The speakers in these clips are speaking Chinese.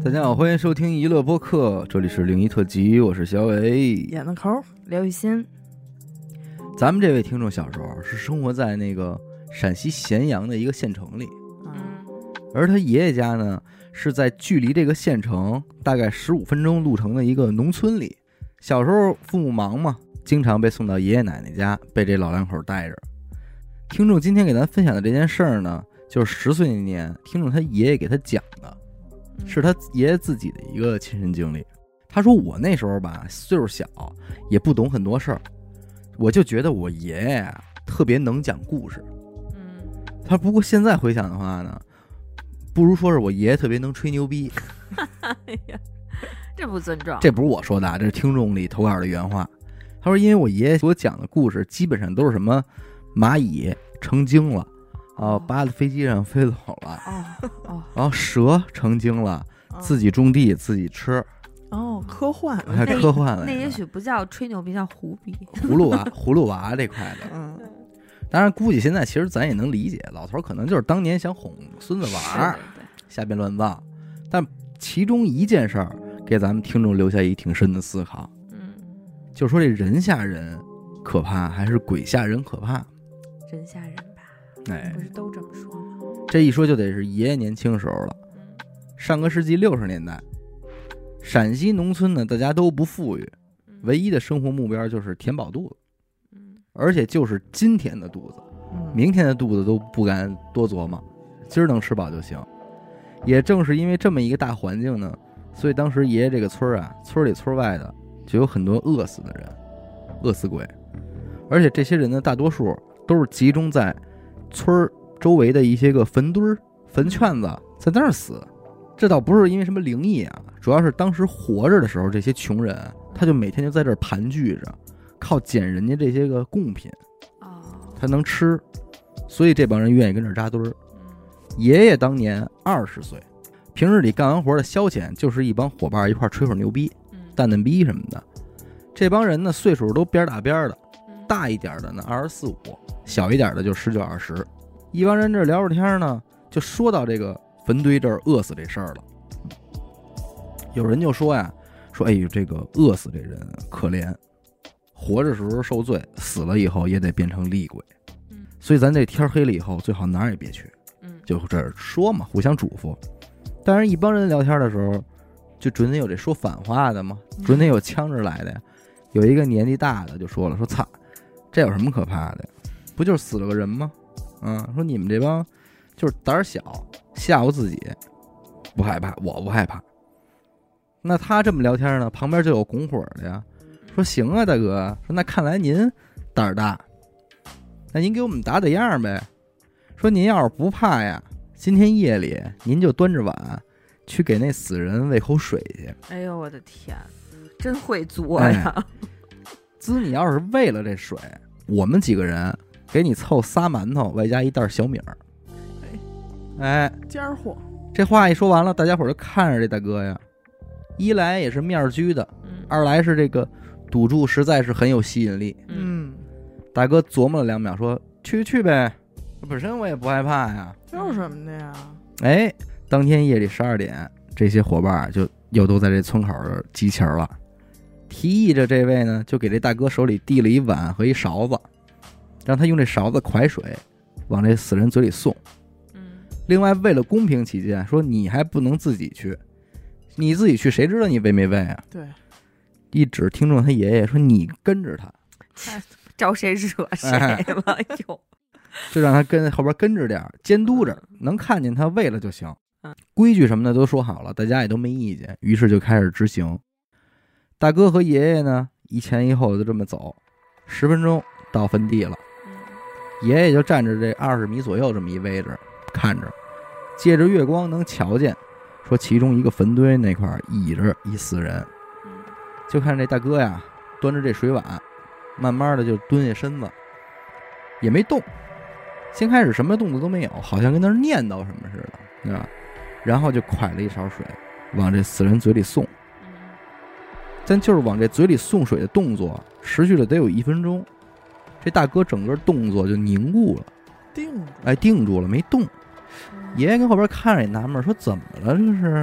大家好，欢迎收听娱乐播客，这里是灵异特辑，我是小伟， 演的抠刘雨欣。 咱们这位听众小时候是生活在那个陕西咸阳的一个县城里，而他爷爷家呢是在距离这个县城大概15分钟路程的一个农村里。小时候父母忙嘛，经常被送到爷爷奶奶家，被这老两口带着。听众今天给咱分享的这件事儿呢，就是10岁那年听众他爷爷给他讲的，是他爷爷自己的一个亲身经历。他说我那时候吧岁数小，也不懂很多事儿，我就觉得我爷爷啊特别能讲故事。他不过现在回想的话呢，不如说是我爷爷特别能吹牛逼。 哎呀，这不尊重。 这不是我说的啊，这是听众里投稿的原话。他说因为我爷爷给我讲的故事基本上都是什么蚂蚁成精了啊，扒在飞机上飞走了，然后蛇成精了，自己种地自己吃。 科幻了， 还科幻了。 那也许不叫吹牛逼，叫胡逼。 葫芦娃这块的。当然估计现在其实咱也能理解，老头可能就是当年想哄孙子玩，瞎编乱造。但其中一件事儿给咱们听众留下一挺深的思考。就说这人吓人可怕还是鬼吓人可怕？ 人吓人吧，不是都这么说吗？ 这一说就得是爷爷年轻时候了。上个世纪60年代，陕西农村呢大家都不富裕，唯一的生活目标就是填饱肚子，而且就是今天的肚子，明天的肚子都不敢多琢磨，今儿能吃饱就行。也正是因为这么一个大环境呢，所以当时爷爷这个村啊，村里村外的就有很多饿死的人，饿死鬼。而且这些人呢大多数都是集中在村周围的一些个坟堆坟圈子，在那儿死。这倒不是因为什么灵异啊，主要是当时活着的时候，这些穷人他就每天就在这儿盘踞着，靠捡人家这些个贡品他能吃，所以这帮人愿意跟这儿扎堆儿。爷爷当年20岁，平日里干完活的消遣就是一帮伙伴一块吹会儿牛逼，淡淡逼什么的。这帮人呢岁数都边打边的，大一点的呢24、25，小一点的就19、20。一帮人这聊着天呢，就说到这个坟堆这儿饿死这事儿了。有人就说呀，说哎呦这个饿死这人可怜，活着时候受罪，死了以后也得变成厉鬼。所以咱这天黑了以后最好哪儿也别去。就这儿说嘛，互相嘱咐。当然一帮人聊天的时候就准得有这说反话的嘛，准得有呛着来的呀。有一个年纪大的就说了，说操，这有什么可怕的，不就是死了个人吗？说你们这帮就是胆小吓唬自己，不害怕，我不害怕。那他这么聊天呢，旁边就有拱火的呀，说行啊大哥，说那看来您胆儿大，那您给我们打打样呗。说您要是不怕呀，今天夜里您就端着碗去给那死人喂口水去。 哎呦我的天，真会作呀！ 滋，你要是喂了这水，我们几个人给你凑仨馒头外加一袋小米儿。 尖货。 这话一说完了，大家伙就看着这大哥呀，一来也是面居的，二来是这个赌注实在是很有吸引力。大哥琢磨了2秒，说去呗，本身我也不害怕呀。 有什么的呀？ 当天夜里12点，这些伙伴就又都在这村口集齐了。提议着这位呢，就给这大哥手里递了一碗和一勺子，让他用这勺子蒯水往这死人嘴里送。另外为了公平起见，说你还不能自己去，你自己去谁知道你喂没喂啊？ 对， 一指听众他爷爷说你跟着他， 招谁惹谁了又。 就让他跟后边跟着点，监督着，能看见他喂了就行。规矩什么的都说好了，大家也都没意见，于是就开始执行。大哥和爷爷呢一前一后的这么走，10分钟到坟地了。爷爷就站着这20米左右这么一位置看着，借着月光能瞧见，说其中一个坟堆那块倚着一死人。就看这大哥呀端着这水碗，慢慢的就蹲下身子，也没动。先开始什么动作都没有，好像跟那儿念叨什么似的，对吧？然后就蒯了一勺水往这死人嘴里送。但就是往这嘴里送水的动作持续了得有1分钟，这大哥整个动作就凝固了，定住了没动。爷爷跟后边看着也纳闷，说怎么了这是？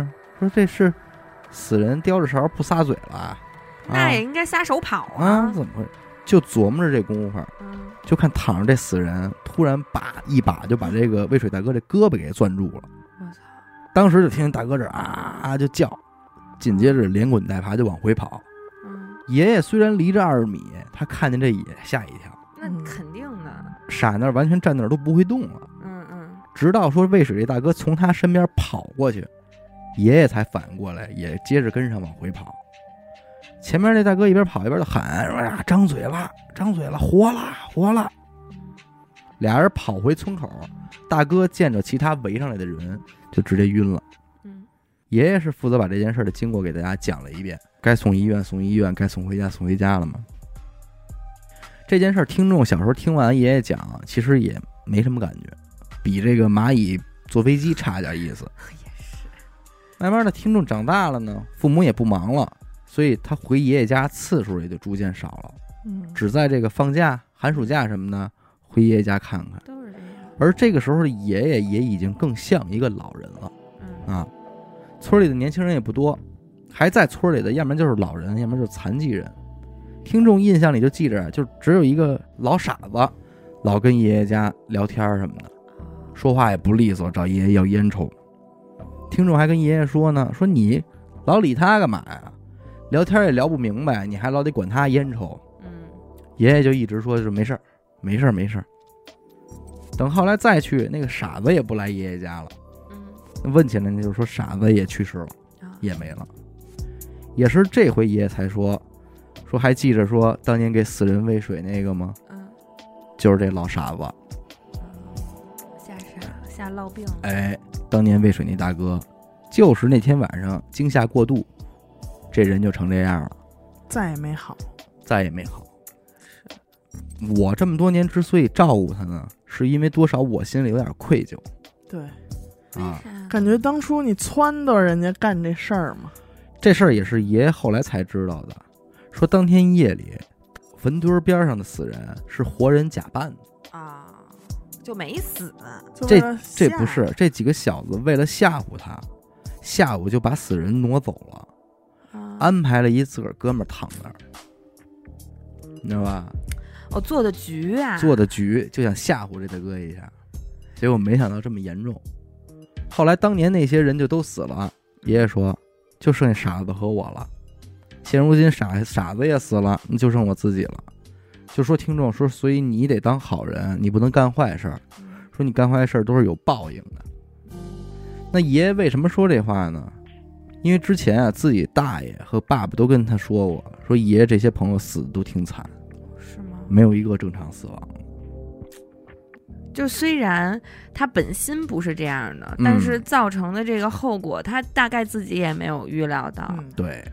说这是死人叼着勺不撒嘴了， 那也应该撒手跑啊！怎么会？就琢磨着这功夫，就看躺着这死人突然一把就把这个渭水大哥这胳膊给攥住了。 我操！ 当时就听见大哥这就叫，紧接着连滚带爬就往回跑。爷爷虽然离着2米，他看见这也吓一跳。 那肯定的， 傻那儿完全站那儿都不会动了。直到说渭水这大哥从他身边跑过去，爷爷才反应过来，也接着跟上往回跑。前面那大哥一边跑一边就喊：“张嘴了，张嘴了，活了，活了！”俩人跑回村口，大哥见着其他围上来的人，就直接晕了。爷爷是负责把这件事的经过给大家讲了一遍，该送医院送医院，该送回家送回家了嘛。这件事听众小时候听完爷爷讲，其实也没什么感觉，比这个蚂蚁坐飞机差点意思。 也是。 慢慢的，听众长大了呢，父母也不忙了，所以他回爷爷家次数也就逐渐少了。只在这个放假、寒暑假什么的，回爷爷家看看。 都是这样。 而这个时候的爷爷也已经更像一个老人了。村里的年轻人也不多，还在村里的，要不然就是老人，要不然就是残疾人。听众印象里就记着，就只有一个老傻子，老跟爷爷家聊天什么的，说话也不利索，找爷爷要烟抽。听众还跟爷爷说呢，说你老理他干嘛呀？聊天也聊不明白，你还老得管他烟抽。爷爷就一直说就是没事儿，没事儿，没事儿。等后来再去，那个傻子也不来爷爷家了。问起来呢，就是说傻子也去世了，也没了。也是这回爷爷才说还记着说当年给死人喂水那个吗？就是这老傻子。 吓落病了。 当年喂水那大哥，就是那天晚上惊吓过度，这人就成这样了， 再也没好。 我这么多年之所以照顾他呢，是因为多少我心里有点愧疚。 对。感觉当初你撺掇人家干这事儿嘛， 这事儿也是爷爷后来才知道的。说当天夜里，坟堆边上的死人是活人假扮的就没死。 这不是，这几个小子为了吓唬他，下午就把死人挪走了，安排了一自个儿哥们儿躺那儿，你知道吧？ 做的局啊， 做的局，就想吓唬这大哥一下，结果没想到这么严重。后来当年那些人就都死了，爷爷说就剩下傻子和我了。现如今傻子也死了，就剩我自己了。就说听众说，所以你得当好人，你不能干坏事。说你干坏事都是有报应的。那爷爷为什么说这话呢？因为之前自己大爷和爸爸都跟他说过，说爷爷这些朋友死的都挺惨。 是吗？ 没有一个正常死亡。 就虽然他本心不是这样的，但是造成的这个后果，他大概自己也没有预料到。 对。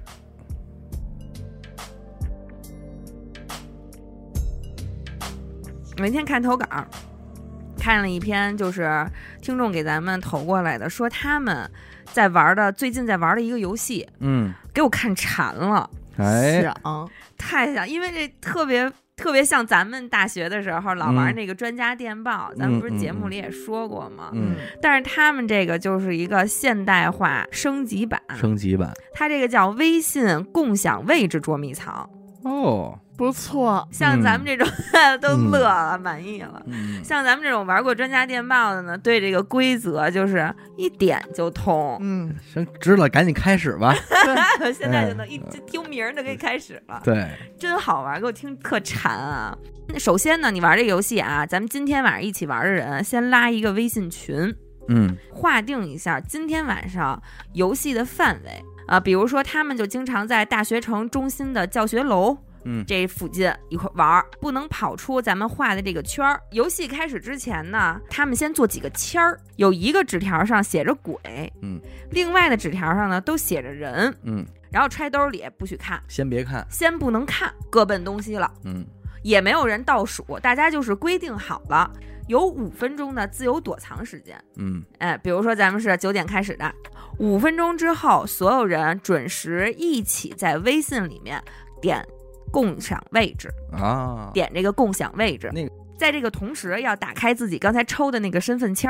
有一天看投稿，看了一篇就是听众给咱们投过来的，说他们最近在玩的一个游戏，给我看馋了。太想，因为这特别像咱们大学的时候老玩那个专家电报，咱们不是节目里也说过吗？但是他们这个就是一个现代化升级版，它这个叫微信共享位置捉迷藏。 不错， 像咱们这种都乐了，满意了。像咱们这种玩过专家电报的呢，对这个规则就是一点就通。 知道，赶紧开始吧。 现在就能听名儿就可以开始了。 对， 真好玩，给我听特馋啊！首先呢，你玩这个游戏啊，咱们今天晚上一起玩的人，先拉一个微信群，划定一下今天晚上游戏的范围啊，比如说他们就经常在大学城中心的教学楼。这附近一块玩，不能跑出咱们画的这个圈儿。游戏开始之前呢，他们先做几个签儿，有一个纸条上写着鬼，另外的纸条上呢都写着人，然后揣兜里不许看， 先别看， 先不能看，各奔东西了，也没有人倒数，大家就是规定好了，有5分钟的自由躲藏时间，比如说咱们是9点开始的，5分钟之后，所有人准时一起在微信里面点共享位置点这个共享位置，在这个同时要打开自己刚才抽的那个身份签儿，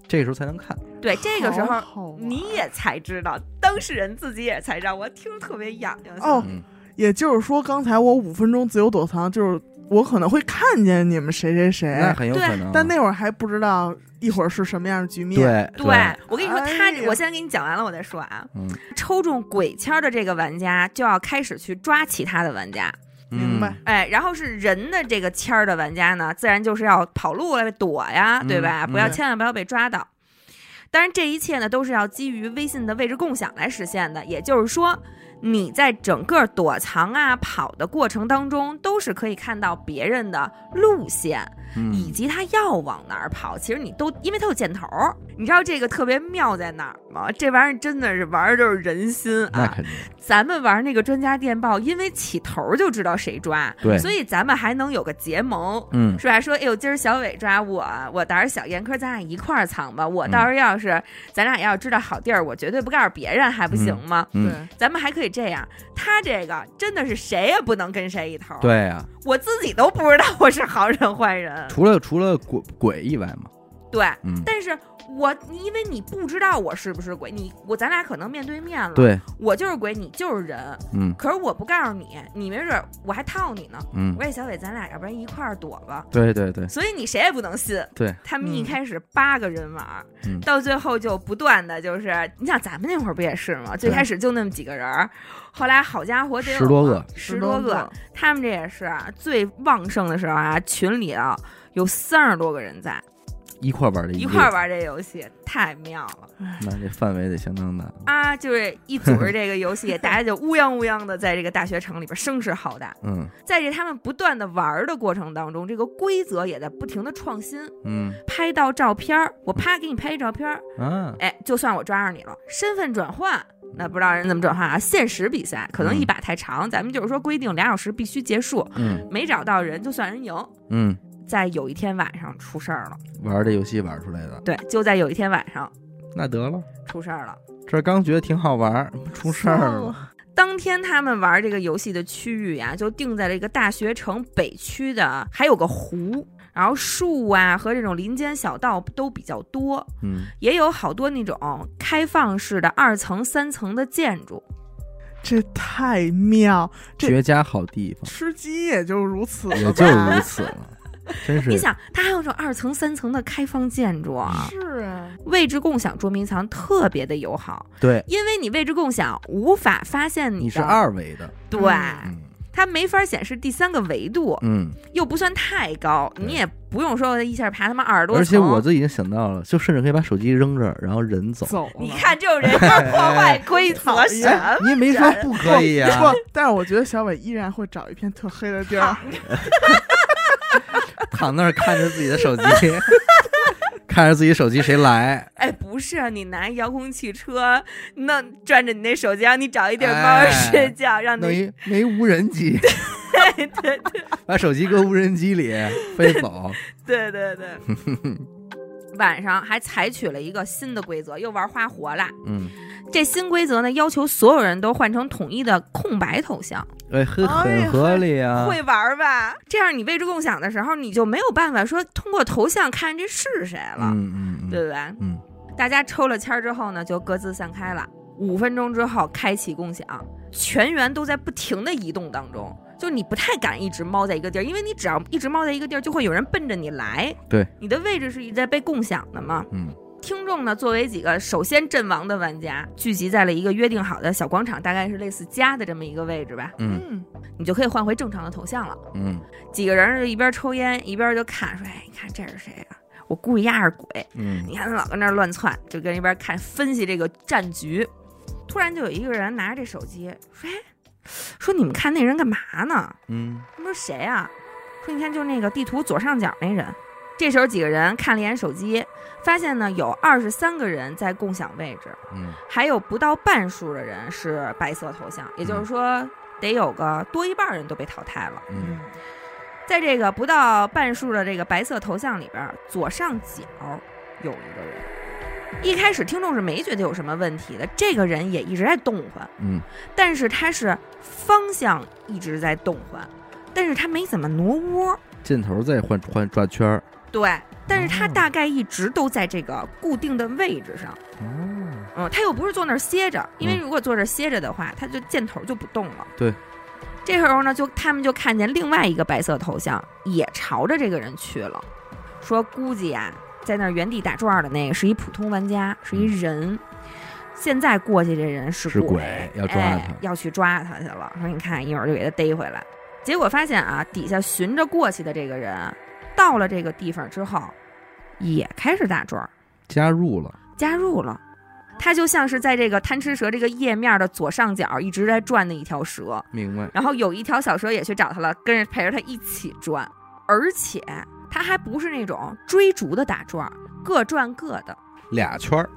这个时候才能看。 对，这个时候你也才知道，当事人自己也才知道，我听着特别痒痒。 哦，也就是说，刚才我5分钟自由躲藏，就是我可能会看见你们谁谁谁， 那很有可能， 但那会儿还不知道一会儿是什么样的局面。 对，我跟你说，我现在给你讲完了，我再说啊。抽中鬼签的这个玩家就要开始去抓其他的玩家。 明白。 哎，然后是人的这个签儿的玩家呢，自然就是要跑路来躲呀，对吧？千万不要被抓到。当然，这一切呢都是要基于微信的位置共享来实现的，也就是说，你在整个躲藏啊、跑的过程当中，都是可以看到别人的路线，以及他要往哪儿跑。其实你都因为他有箭头，你知道这个特别妙在哪儿吗？这玩意儿真的是玩的就是人心啊！ 那肯定。 咱们玩那个专家电报，因为起头就知道谁抓， 对， 所以咱们还能有个结盟，是吧？说，哎呦，今儿小伟抓我胆儿小，严科咱俩一块儿藏吧。我到时候要是咱俩要知道好地儿，我绝对不告诉别人，还不行吗？ 对， 咱们还可以这样。他这个真的是谁也不能跟谁一头。 对呀， 我自己都不知道我是好人坏人， 除了鬼以外嘛。 对，但是因为你不知道我是不是鬼，咱俩可能面对面了， 对， 我就是鬼，你就是人，可是我不告诉你，你没准我还套你呢，我说小伟，咱俩要不然一块儿躲吧， 对对对， 所以你谁也不能信， 对， 他们一开始8个人玩，到最后就不断的就是，你想咱们那会儿不也是吗？最开始就那么几个人，后来好家伙得有10多个，他们这也是最旺盛的时候啊，群里啊有30多个人在。一块玩这游戏太妙了， 那这范围得相当大啊！就是一组织这个游戏，大家就乌泱乌泱的在这个大学城里边声势浩大。在这他们不断的玩的过程当中，这个规则也在不停的创新。拍到照片，我啪给你拍一照片，哎，就算我抓着你了。身份转换，那不知道人怎么转换啊？限时比赛，可能一把太长，咱们就是说规定2小时必须结束。没找到人就算人赢。在有一天晚上出事儿了， 玩这游戏玩出来的。 对，就在有一天晚上， 那得了， 出事儿了。 这刚觉得挺好玩，出事儿了。 当天他们玩这个游戏的区域呀，就定在了一个大学城北区的，还有个湖，然后树啊和这种林间小道都比较多，也有好多那种开放式的2层、3层的建筑。 这太妙， 绝佳好地方， 吃鸡也就如此了， 也就如此了。真是， 你想，它还有这种2层、3层的开放建筑啊， 是啊， 位置共享捉迷藏特别的友好， 对， 因为你位置共享无法发现你是2维的， 对，它没法显示第3个维度，又不算太高，你也不用说一下爬他妈20多层， 而且我都已经想到了，就甚至可以把手机扔这儿，然后人走。 你看这种人破坏规则， 你也没说不可以啊。 不，但是我觉得小伟依然会找一片特黑的地儿。 躺那儿看着自己的手机，看着自己手机谁来？ 哎，不是，你拿遥控汽车，那转着你那手机，让你找一地儿猫睡觉，让你没无人机， 对对对， 把手机搁无人机里飞走， 对对对。晚上还采取了一个新的规则，又玩花活了。这新规则呢，要求所有人都换成统一的空白头像。 哎，很合理啊， 会玩吧？这样你位置共享的时候，你就没有办法说通过头像看这是谁了，对不对？大家抽了签之后呢，就各自散开了。5分钟之后开启共享，全员都在不停的移动当中。就你不太敢一直猫在一个地儿，因为你只要一直猫在一个地儿，就会有人奔着你来。 对， 你的位置是一直在被共享的嘛。听众呢，作为几个首先阵亡的玩家，聚集在了一个约定好的小广场，大概是类似家的这么一个位置吧。你就可以换回正常的头像了。几个人一边抽烟一边就看，说：“哎，你看这是谁啊？我估计压是鬼。你看他老跟那儿乱窜，就跟一边看分析这个战局。突然就有一个人拿着这手机说：“哎。”说你们看那人干嘛呢？他们说谁啊？说你看就是那个地图左上角那人。这时候几个人看了一眼手机，发现呢有23个人在共享位置，还有不到半数的人是白色头像，也就是说得有个多一半人都被淘汰了。在这个不到半数的这个白色头像里边，左上角有一个人。一开始听众是没觉得有什么问题的，这个人也一直在动换，但是他是方向一直在动换，但是他没怎么挪窝， 箭头在换转圈， 对，但是他大概一直都在这个固定的位置上。他又不是坐那儿歇着，因为如果坐这儿歇着的话，他就箭头就不动了。 对， 这时候呢，他们就看见另外一个白色头像也朝着这个人去了，说估计啊，在那儿原地打转的那个是一普通玩家，是一人。现在过去这人是鬼， 要抓他， 要去抓他去了。说你看，一会儿就给他逮回来。结果发现啊，底下寻着过去的这个人，到了这个地方之后，也开始打转， 加入了。他就像是在这个贪吃蛇这个页面的左上角一直在转的一条蛇， 明白。 然后有一条小蛇也去找他了，跟着陪着他一起转，而且他还不是那种追逐的打转，各转各的， 俩圈儿。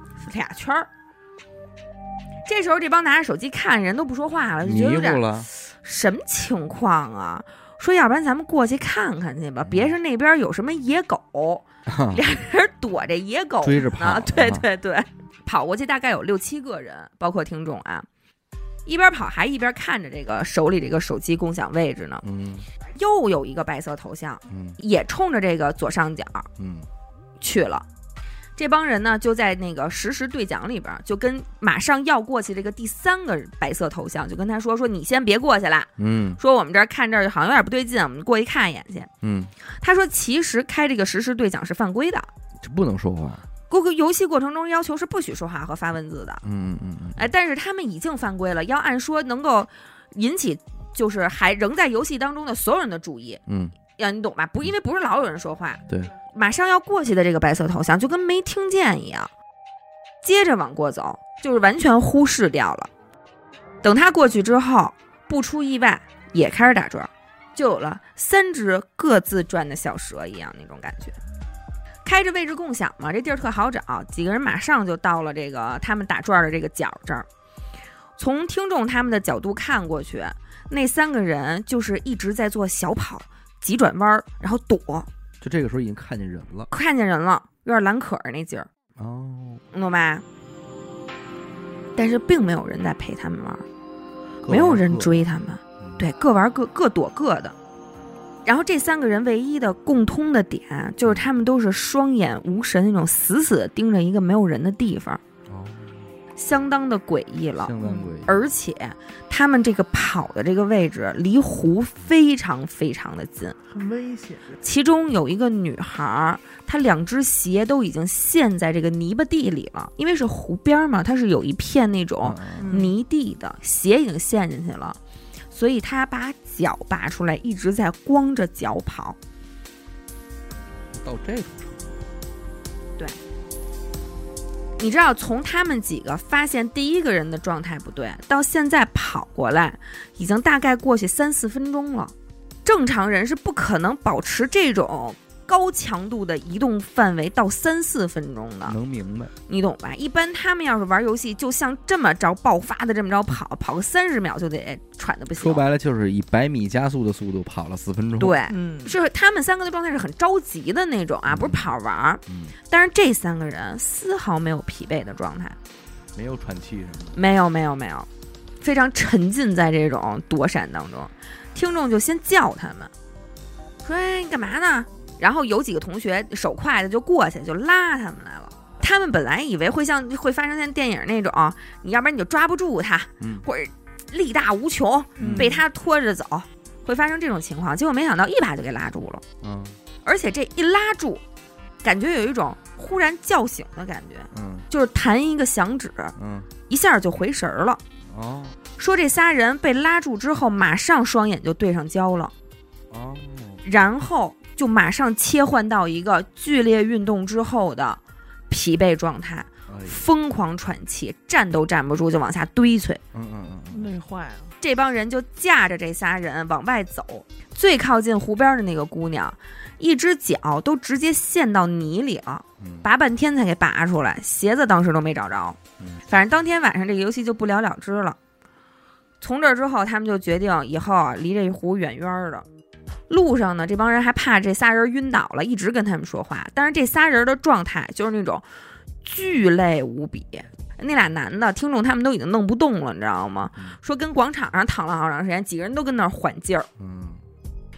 这时候这帮拿着手机看人都不说话了，就觉得有点了， 什么情况啊？说要不然咱们过去看看去吧，别是那边有什么野狗，俩人躲着野狗追着跑。 对，跑过去大概有6-7个人，包括听众啊，一边跑还一边看着这个手里这个手机共享位置呢。又有一个白色头像，也冲着这个左上角，去了。这帮人呢就在那个实时对讲里边，就跟马上要过去这个第3个白色头像就跟他说你先别过去了，说我们这儿看这儿好像有点不对劲，我们过去看一眼去。他说其实开这个实时对讲是犯规的， 这不能说话。 游戏过程中要求是不许说话和发文字的。但是他们已经犯规了，要按说能够引起就是还仍在游戏当中的所有人的注意。要你懂吧？不，因为不是老有人说话。 对， 马上要过去的这个白色头像就跟没听见一样，接着往过走，就是完全忽视掉了。等他过去之后，不出意外也开始打转，就有了3只各自转的小蛇一样那种感觉。开着位置共享嘛，这地儿特好找，几个人马上就到了这个他们打转的这个角这儿。从听众他们的角度看过去，那3个人就是一直在做小跑、急转弯，然后躲。 就这个时候已经看见人了， 有点蓝可儿那劲儿。你懂吧？但是并没有人在陪他们玩，没有人追他们，对，各玩各躲各的。然后这3个人唯一的共通的点就是他们都是双眼无神那种，死死地盯着一个没有人的地方。相当的诡异了，而且他们这个跑的这个位置离湖非常非常的近， 很危险。 其中有一个女孩，她2只鞋都已经陷在这个泥巴地里了，因为是湖边嘛，它是有一片那种泥地的，鞋已经陷进去了，所以她把脚拔出来，一直在光着脚跑。 到这种程度， 对。你知道从他们几个发现第1个人的状态不对到现在跑过来已经大概过去3-4分钟了，正常人是不可能保持这种高强度的移动范围到3-4分钟的， 能明白， 你懂吧？一般他们要是玩游戏，就像这么着爆发的这么着跑个30秒就得喘得不行。 说白了就是以100米加速的速度跑了4分钟。 对，是他们3个的状态是很着急的那种啊，不是跑玩。但是这3个人丝毫没有疲惫的状态， 没有喘气什么的， 没有，非常沉浸在这种躲闪当中。听众就先叫他们，说：“哎，你干嘛呢？”然后有几个同学手快的就过去就拉他们来了。他们本来以为会发生像电影那种，你要不然你就抓不住他，或者力大无穷，被他拖着走，会发生这种情况。结果没想到一把就给拉住了。而且这一拉住，感觉有一种忽然叫醒的感觉，就是弹一个响指，一下就回神了。说这仨人被拉住之后，马上双眼就对上焦了，然后就马上切换到一个剧烈运动之后的疲惫状态，疯狂喘气，站都站不住，就往下堆催。 累坏了。 这帮人就架着这仨人往外走，最靠近湖边的那个姑娘，一只脚都直接陷到泥里了，拔半天才给拔出来，鞋子当时都没找着。反正当天晚上这个游戏就不了了之了。从这之后，他们就决定以后离这湖远远的。路上呢，这帮人还怕这仨人晕倒了，一直跟他们说话。但是这仨人的状态就是那种巨累无比。那俩男的听众他们都已经弄不动了，你知道吗？说跟广场上躺了好长时间，几个人都跟那儿缓劲儿。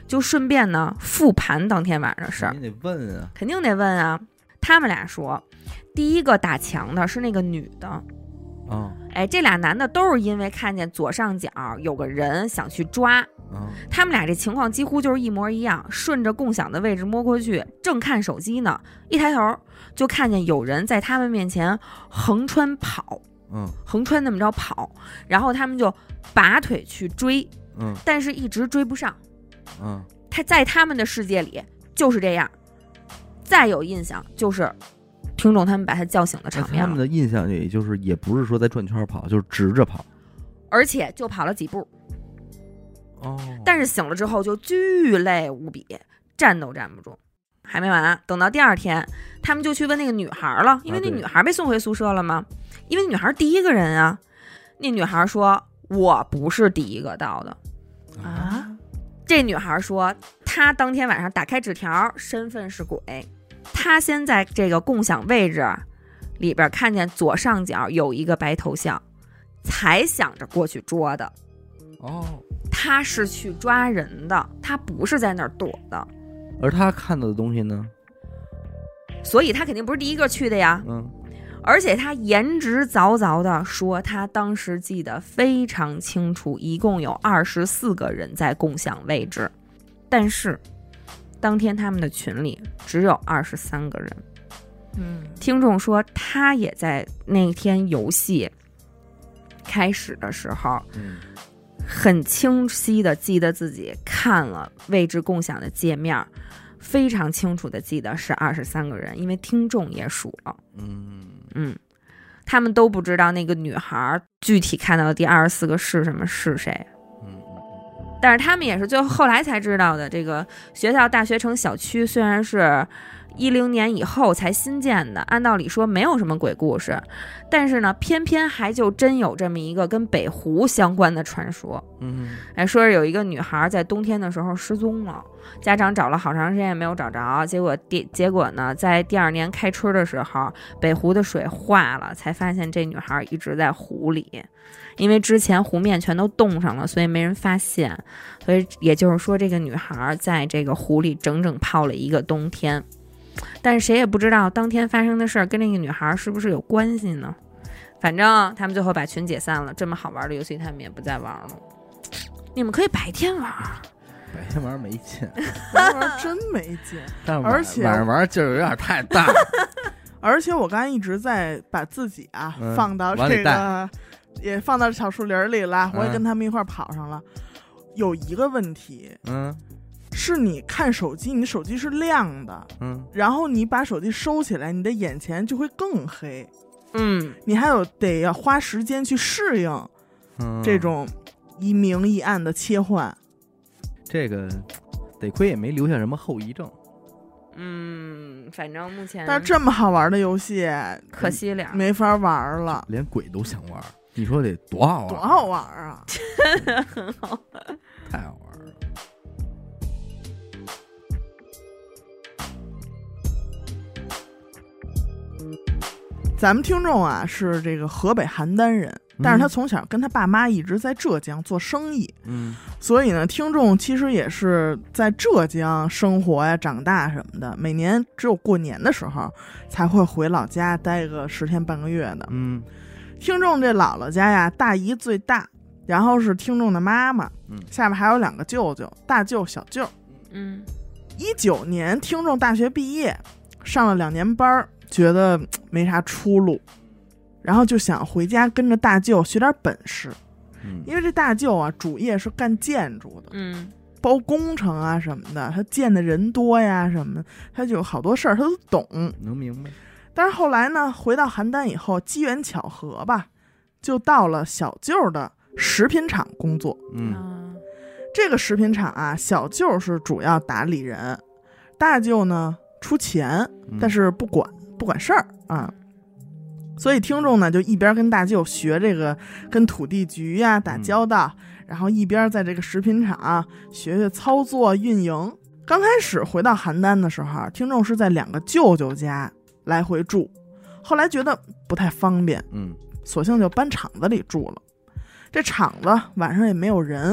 就顺便呢复盘当天晚上的事儿。 肯定得问啊， 肯定得问啊。他们俩说，第一个打墙的是那个女的。哎，这俩男的都是因为看见左上角有个人想去抓。他们俩这情况几乎就是一模一样，顺着共享的位置摸过去，正看手机呢，一抬头就看见有人在他们面前横穿跑，横穿那么着跑，然后他们就拔腿去追，但是一直追不上，他在他们的世界里就是这样。再有印象就是听众他们把他叫醒的场面， 他们的印象也就是也不是说在转圈跑，就是直着跑， 而且就跑了几步。但是醒了之后就巨累无比，站都站不住。还没完，等到第二天他们就去问那个女孩了，因为那女孩被送回宿舍了嘛，因为女孩第一个人啊。那女孩说我不是第一个到的啊。这女孩说她当天晚上打开纸条，身份是鬼，她先在这个共享位置里边看见左上角有一个白头像，才想着过去捉的。他是去抓人的，他不是在那儿躲的。 而他看到的东西呢？ 所以他肯定不是第一个去的呀。而且他言之凿凿的说，他当时记得非常清楚，一共有24个人在共享位置，但是当天他们的群里只有23个人。听众说他也在那天游戏开始的时候，很清晰的记得自己看了位置共享的界面，非常清楚的记得是23个人，因为听众也数了。他们都不知道那个女孩具体看到的第24个是什么，是谁。但是他们也是最后来才知道的，这个学校大学城小区虽然是10年以后才新建的，按道理说没有什么鬼故事，但是呢偏偏还就真有这么一个跟北湖相关的传说。说是有一个女孩在冬天的时候失踪了，家长找了好长时间也没有找着，结果呢在第2年开春的时候，北湖的水化了，才发现这女孩一直在湖里，因为之前湖面全都冻上了，所以没人发现，所以也就是说这个女孩在这个湖里整整泡了一个冬天。但是谁也不知道当天发生的事儿跟那个女孩是不是有关系呢？反正他们最后把群解散了，这么好玩的游戏他们也不再玩了。你们可以白天玩， 白天玩没劲， 白天玩真没劲。而且晚上玩劲儿有点太大。 而且我刚才一直在把自己放到这个，也放到小树林里了，我也跟他们一块跑上了。有一个问题，是你看手机，你手机是亮的，然后你把手机收起来，你的眼前就会更黑，你还得要花时间去适应这种一明一暗的切换。 这个得亏也没留下什么后遗症。 反正目前， 但是这么好玩的游戏， 可惜了， 没法玩了， 连鬼都想玩，你说得多好玩？ 多好玩啊！ 真的很好玩， 太好玩了。 咱们听众是这个河北邯郸人，但是他从小跟他爸妈一直在浙江做生意，所以呢，听众其实也是在浙江生活呀、长大什么的，每年只有过年的时候才会回老家待个10天半个月的。听众这姥姥家大姨最大，然后是听众的妈妈，下面还有2个舅舅，大舅、小舅。19年听众大学毕业，上了2年班，觉得没啥出路，然后就想回家跟着大舅学点本事。因为这大舅主业是干建筑的，包工程什么的，他见的人多呀什么的，他就有好多事儿他都懂， 能明白。 但是后来呢，回到邯郸以后，机缘巧合吧，就到了小舅的食品厂工作。这个食品厂小舅是主要打理人，大舅呢出钱，但是不管事儿所以听众呢就一边跟大舅学这个跟土地局打交道，然后一边在这个食品厂学学操作运营。刚开始回到邯郸的时候，听众是在2个舅舅家来回住，后来觉得不太方便，索性就搬厂子里住了。这厂子晚上也没有人，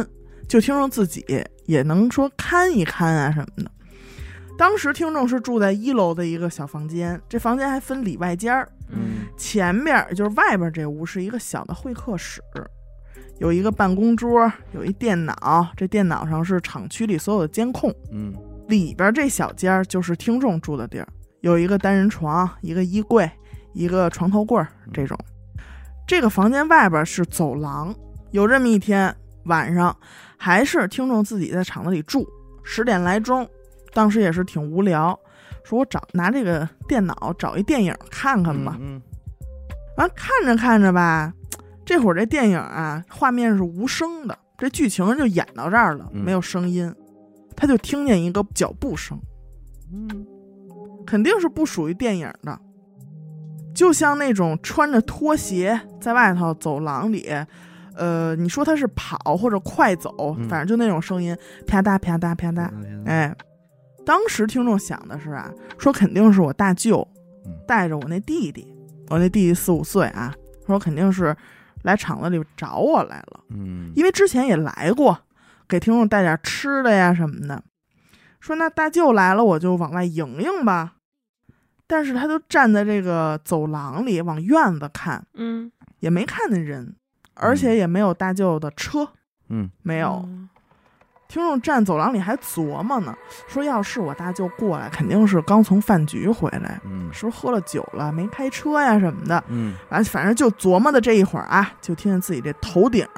就听众自己也能说看一看啊什么的。当时听众是住在1楼的一个小房间，这房间还分里外间儿，前边就是外边这屋是一个小的会客室，有一个办公桌，有一电脑，这电脑上是厂区里所有的监控。里边这小间就是听众住的地儿，有一个单人床，一个衣柜，一个床头柜这种。这个房间外边是走廊。有这么一天晚上，还是听众自己在厂子里住，10点来钟，当时也是挺无聊，说我拿这个电脑找一电影看看吧。完看着看着吧，这会儿这电影啊画面是无声的，这剧情就演到这儿了，没有声音，他就听见一个脚步声，肯定是不属于电影的，就像那种穿着拖鞋在外头走廊里，你说他是跑或者快走，反正就那种声音，啪嗒啪嗒啪嗒。哎，当时听众想的是啊，说肯定是我大舅带着我那弟弟，我那弟弟4、5岁啊，说肯定是来厂子里找我来了。因为之前也来过，给听众带点吃的呀什么的。说那大舅来了，我就往外迎迎吧。但是他就站在这个走廊里往院子看，也没看见人，而且也没有大舅的车，没有。听众站走廊里还琢磨呢，说要是我大舅过来，肯定是刚从饭局回来，是不是喝了酒了，没开车呀什么的。反正就琢磨的这一会儿啊，就听见自己这头顶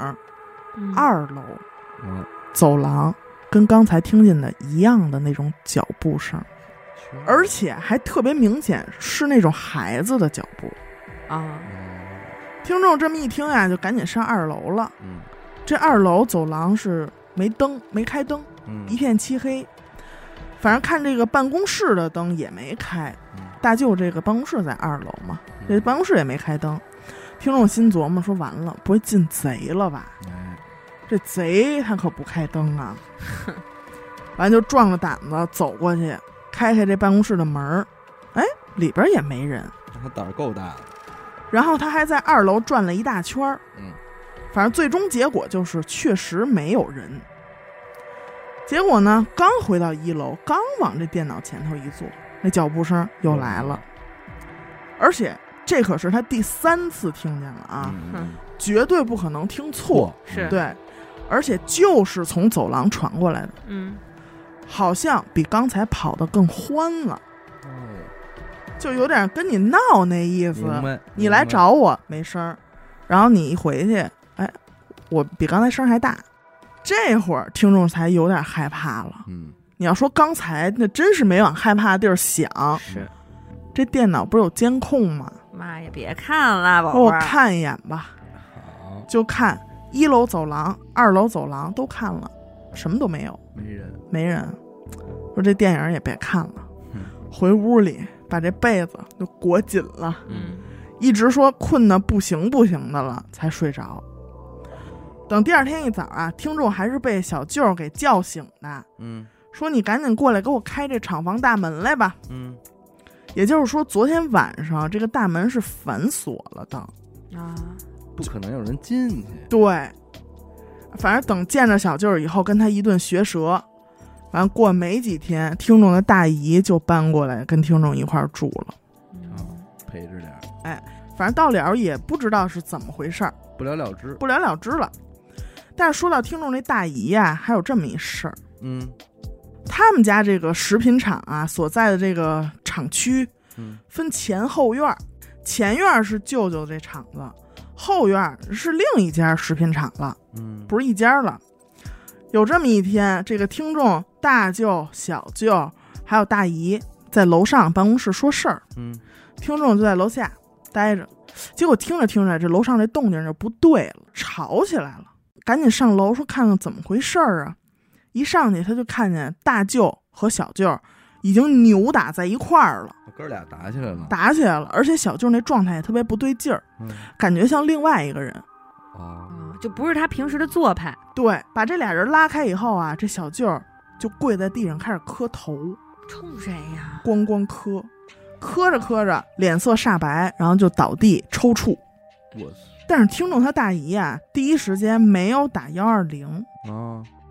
2楼走廊跟刚才听见的一样的那种脚步声，而且还特别明显是那种孩子的脚步啊。听众这么一听呀，就赶紧上2楼了。这2楼走廊是没灯，没开灯，一片漆黑。反正看这个办公室的灯也没开，大舅这个办公室在2楼嘛，这办公室也没开灯。听众心琢磨说，完了，不会进贼了吧？这贼他可不开灯啊。完就壮着胆子走过去，开这办公室的门，哎，里边也没人。 他胆儿够大的。 然后他还在2楼转了一大圈，反正最终结果就是确实没有人。结果呢，刚回到1楼，刚往这电脑前头一坐，那脚步声又来了，而且这可是他第3次听见了啊，绝对不可能听错， 是对，而且就是从走廊传过来的，好像比刚才跑得更欢了，就有点跟你闹那意思。你来找我没声，然后你一回去，哎，我比刚才声还大。这会儿听众才有点害怕了。你要说刚才那真是没往害怕的地儿想。 是， 这电脑不是有监控吗？ 妈呀，别看了，宝贝儿， 我看一眼吧。好，就看1楼走廊、2楼走廊都看了，什么都没有，没人。说这电影也别看了，回屋里把这被子就裹紧了，一直说困得不行的了才睡着。等第2天一早啊，听众还是被小舅给叫醒的，说你赶紧过来给我开这厂房大门来吧。也就是说昨天晚上这个大门是反锁了的啊， 不可能有人进去。 对，反正等见着小舅以后跟他一顿学舌，完过没几天，听众的大姨就搬过来跟听众一块住了， 陪着点。 哎，反正到了也不知道是怎么回事， 不了了之了。但是说到听众这大姨呀，还有这么一事儿，他们家这个食品厂啊所在的这个厂区，分前后院，前院是舅舅这厂子，后院是另一家食品厂了，不是一家了。有这么一天，这个听众大舅、小舅还有大姨在楼上办公室说事儿，听众就在楼下待着，结果听着这楼上这动静就不对了，吵起来了，赶紧上楼说看看怎么回事啊。一上去他就看见大舅和小舅已经扭打在一块儿了， 哥俩打起来了， 而且小舅那状态也特别不对劲儿，感觉像另外一个人， 就不是他平时的做派。 对，把这俩人拉开以后啊，这小舅就跪在地上开始磕头。 冲谁呀？ 咣咣磕着脸色煞白，然后就倒地抽搐。但是听众他大姨啊，第一时间没有打120，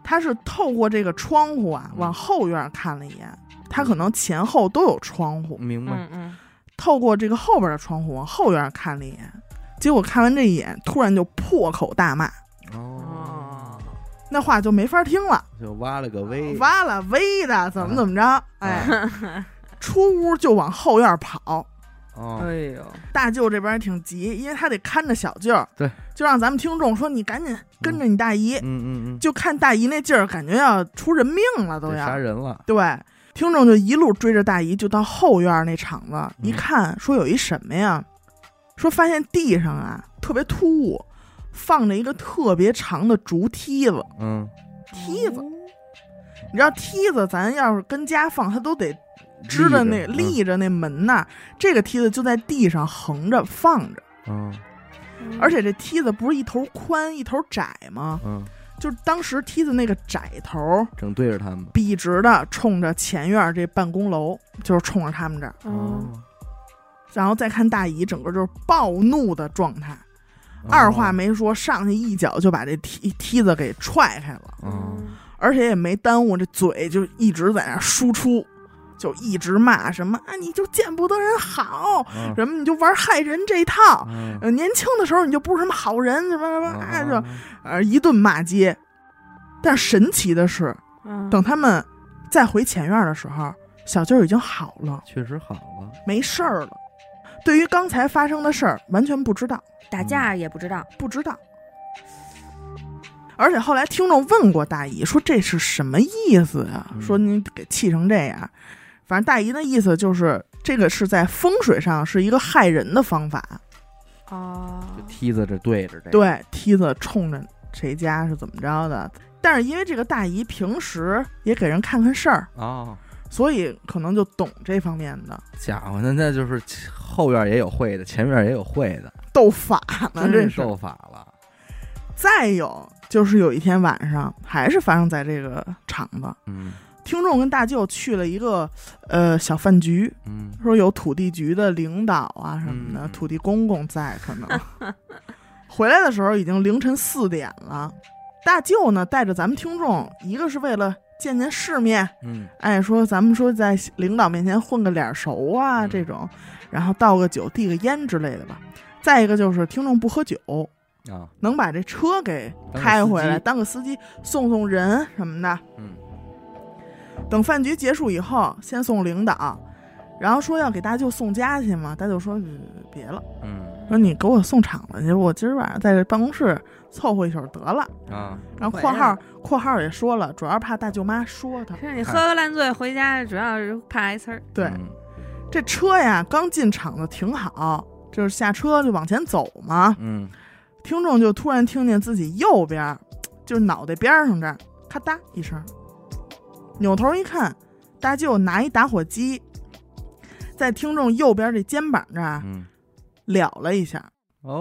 他是透过这个窗户啊往后院看了一眼，他可能前后都有窗户， 明白？ 透过这个后边的窗户往后院看了一眼，结果看完这一眼，突然就破口大骂。那话就没法听了， 就挖了个威， 挖了威的怎么着？哎，出屋就往后院跑。 哎呦， 大舅这边挺急，因为他得看着小舅， 对， 就让咱们听众说你赶紧跟着你大姨，就看大姨那劲儿，感觉要出人命了，都要杀人了。 对，听众就一路追着大姨，就到后院那场子，一看说有一什么呀？说发现地上啊特别突兀，放着一个特别长的竹梯子。梯子，你知道梯子咱要是跟家放，它都得支着那立着那门那这个梯子就在地上横着放着。而且这梯子不是一头宽一头窄吗？就是当时梯子那个窄头正对着他们， 笔直的冲着前院这办公楼，就是冲着他们这儿。然后再看大姨，整个就是暴怒的状态，二话没说，上去一脚就把这梯子给踹开了。而且也没耽误，这嘴就一直在那输出，就一直骂什么啊，你就见不得人好，什么你就玩害人这一套，年轻的时候你就不是什么好人，什么什么，就一顿骂街。但神奇的是，等他们再回前院的时候，小舅已经好了， 确实好了， 没事儿了。对于刚才发生的事儿完全不知道， 打架也不知道， 不知道。而且后来听众问过大姨，说这是什么意思呀？说你给气成这样，反正大姨的意思就是这个是在风水上是一个害人的方法。 就梯子这对着这， 对，梯子冲着谁家是怎么着的？但是因为这个大姨平时也给人看看事儿所以可能就懂这方面的。 家伙，那就是后院也有会的，前院也有会的， 斗法呢，这是斗法了。 再有就是有一天晚上，还是发生在这个场子。听众跟大舅去了一个小饭局，说有土地局的领导啊什么的，土地公公在，可能回来的时候已经凌晨4点了。大舅呢带着咱们听众，一个是为了见见世面，说咱们说在领导面前混个脸熟啊这种，然后倒个酒递个烟之类的吧。再一个就是听众不喝酒能把这车给开回来，当个司机送送人什么的。等饭局结束以后，先送领导，然后说要给大舅送家去嘛。大舅说别了，说你给我送厂子去，我今儿晚上在这办公室凑合一宿得了然后括号也说了，主要怕大舅妈说他， 是你喝个烂醉回家，主要是怕挨呲儿。 对，这车呀刚进厂子停好，就是下车就往前走嘛。听众就突然听见自己右边，就是脑袋边上这儿咔嗒一声，扭头一看，大舅拿一打火机在听众右边这肩膀这儿燎了一下。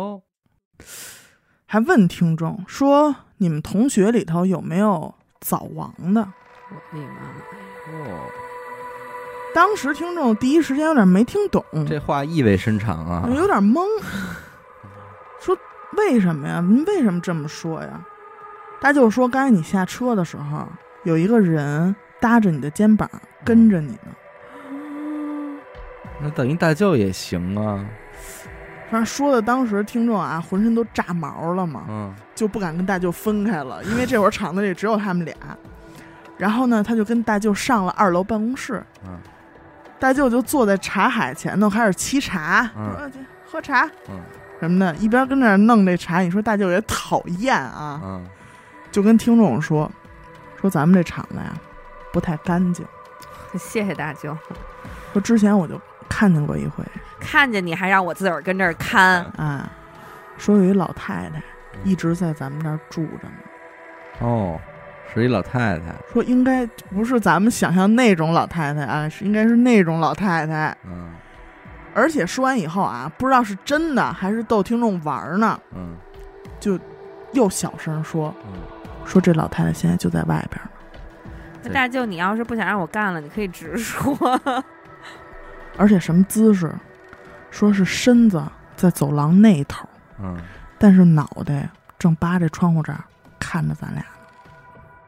还问听众说你们同学里头有没有早亡的？ 我的妈！ 当时听众第一时间有点没听懂， 这话意味深长啊， 有点懵，说为什么呀？您为什么这么说呀？大舅说刚才你下车的时候有一个人搭着你的肩膀跟着你呢。 那等于大舅也行啊。 反正说的当时听众啊浑身都炸毛了嘛，就不敢跟大舅分开了，因为这会儿厂子里只有他们俩。然后呢他就跟大舅上了2楼办公室，大舅就坐在茶海前头开始沏茶，说喝茶什么的，一边跟那弄这茶。你说大舅也讨厌啊，就跟听众说咱们这厂子呀不太干净。 谢谢大舅。 说之前我就看见过一回， 看见你还让我自个儿跟这儿看说有一老太太一直在咱们这儿住着呢。 是一老太太。说应该不是咱们想象那种老太太啊，应该是那种老太太。而且说完以后啊，不知道是真的还是逗听众玩呢。就又小声说这老太太现在就在外边呢。 那大舅，你要是不想让我干了，你可以直说。 而且什么姿势？说是身子在走廊那头，但是脑袋正扒着窗户这儿看着咱俩呢。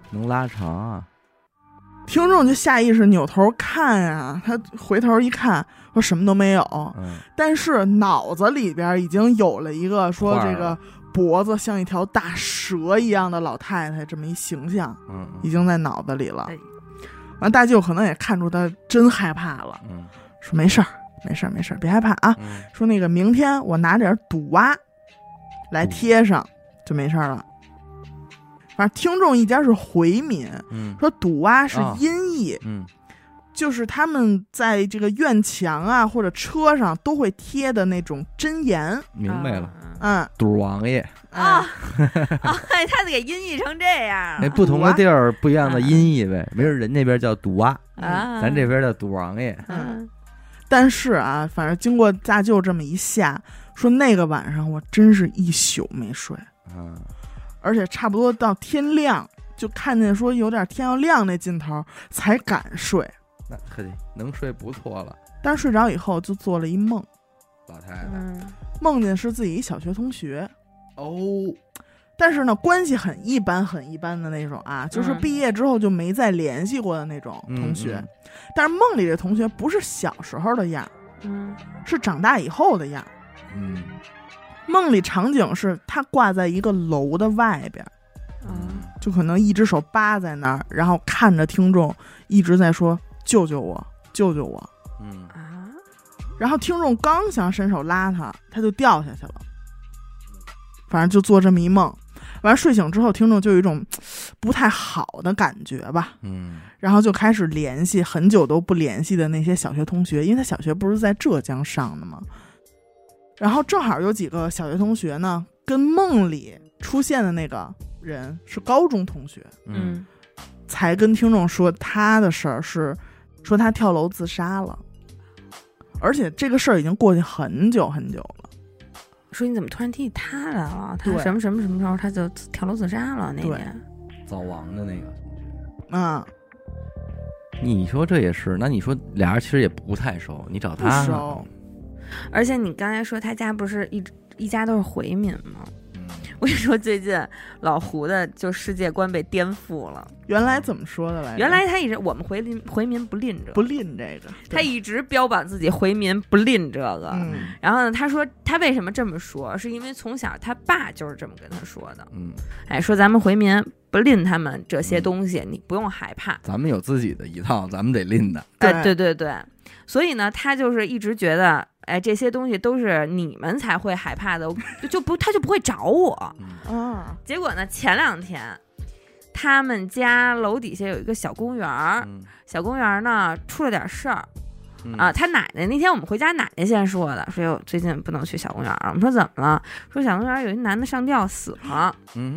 能拉长啊。 听众就下意识扭头看啊，他回头一看，说什么都没有。但是脑子里边已经有了一个说这个脖子像一条大蛇一样的老太太这么一形象，已经在脑子里了。完，大舅可能也看出他真害怕了，说没事儿，没事儿，没事儿，别害怕啊。说那个明天我拿点赌蛙来贴上，就没事了。反正听众一家是回民，说赌蛙是音译，就是他们在这个院墙啊或者车上都会贴的那种真言。 明白了，赌王爷啊，他给音译成这样。 那不同的地儿不一样的音译呗，没准人那边叫赌蛙，咱这边叫赌王爷。 但是啊，反正经过大舅这么一下，说那个晚上我真是一宿没睡。而且差不多到天亮，就看见说有点天要亮那劲头才敢睡。 那可得能睡不错了。 但是睡着以后就做了一梦， 老太太， 梦见是自己小学同学但是呢关系很一般很一般的那种啊，就是毕业之后就没再联系过的那种同学。但是梦里的同学不是小时候的样，是长大以后的样。梦里场景是他挂在一个楼的外边，就可能一只手扒在那儿，然后看着听众一直在说救救我救救我。然后听众刚想伸手拉他，他就掉下去了。反正就做这么一梦，完睡醒之后听众就有一种不太好的感觉吧。然后就开始联系很久都不联系的那些小学同学，因为他小学不是在浙江上的吗？然后正好有几个小学同学呢，跟梦里出现的那个人是高中同学，才跟听众说他的事儿，是说他跳楼自杀了，而且这个事儿已经过去很久很久了。 说你怎么突然提起他来了？他什么什么什么时候他就跳楼自杀了？那年早亡的那个，你说这也是，那你说俩人其实也不太熟，你找他不熟。 而且你刚才说他家不是一家都是回民吗？我跟你说，最近老胡的就世界观被颠覆了。 原来怎么说的来着？ 原来他一直我们回民不吝这个， 不吝这个， 他一直标榜自己回民不吝这个。然后呢，他说他为什么这么说，是因为从小他爸就是这么跟他说的。说咱们回民不吝他们这些东西，你不用害怕， 咱们有自己的一套，咱们得吝的。 对对对，所以呢，他就是一直觉得。这些东西都是你们才会害怕的，他就不会找我。结果呢，前2天他们家楼底下有一个小公园，小公园呢出了点事儿他奶奶那天我们回家，奶奶先说的，说哟最近不能去小公园了。我们说怎么了？说小公园有一男的上吊死了。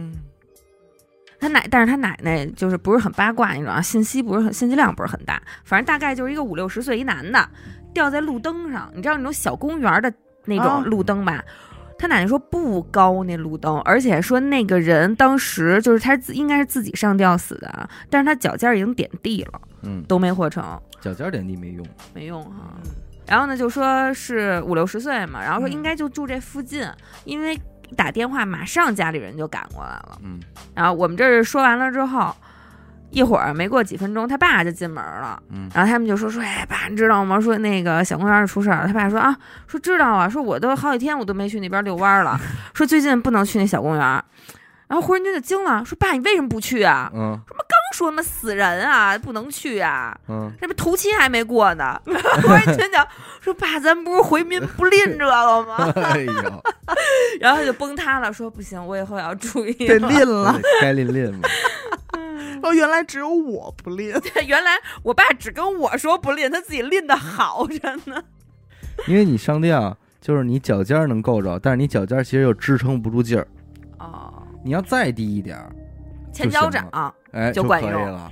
但是他奶奶就是不是很八卦那种信息量不是很大，反正大概就是一个50-60岁一男的。掉在路灯上，你知道那种小公园的那种路灯吧？他奶奶说不高那路灯，而且说那个人当时就是他应该是自己上吊死的，但是他脚尖已经点地了，都没活成。 脚尖点地没用哈。然后呢，就说是50-60岁嘛，然后说应该就住这附近，因为打电话马上家里人就赶过来了。然后我们这儿说完了之后。一会儿没过几分钟，他爸就进门了。然后他们就说哎爸，你知道吗？说那个小公园出事了。他爸说说知道啊，说我都好几天我都没去那边遛弯了，说最近不能去那小公园。然后忽然间就惊了，说爸你为什么不去啊？什么刚说什么死人啊不能去啊？这不头七还没过呢。忽然间讲说爸咱不是回民不吝这个吗？ 哎呦， 然后他就崩塌了，说不行，我以后要注意得吝了， 该吝嘛。 原来只有我不吝。 原来我爸只跟我说不吝，他自己吝得好，真的。 因为你上吊就是你脚尖能够着，但是你脚尖其实又支撑不住劲儿。你要再低一点， 前脚掌就管用了。